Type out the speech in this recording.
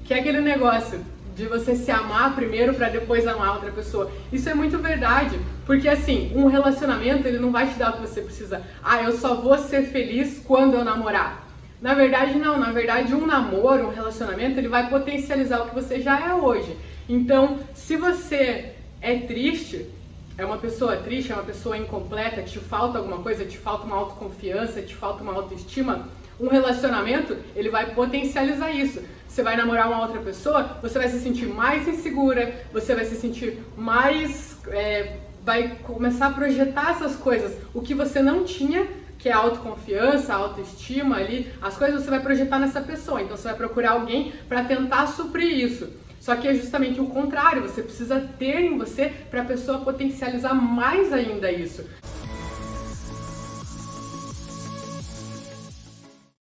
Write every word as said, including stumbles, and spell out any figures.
que é aquele negócio de você se amar primeiro para depois amar outra pessoa. Isso é muito verdade, porque assim, um relacionamento ele não vai te dar o que você precisa. Ah, eu só vou ser feliz quando eu namorar. Na verdade não, na verdade um namoro, um relacionamento, ele vai potencializar o que você já é hoje. Então, se você é triste, é uma pessoa triste, é uma pessoa incompleta, te falta alguma coisa, te falta uma autoconfiança, te falta uma autoestima, um relacionamento, ele vai potencializar isso. Você vai namorar uma outra pessoa, você vai se sentir mais insegura, você vai se sentir mais... É, vai começar a projetar essas coisas. O que você não tinha, que é a autoconfiança, a autoestima ali, as coisas você vai projetar nessa pessoa. Então você vai procurar alguém para tentar suprir isso. Só que é justamente o contrário, você precisa ter em você para a pessoa potencializar mais ainda isso.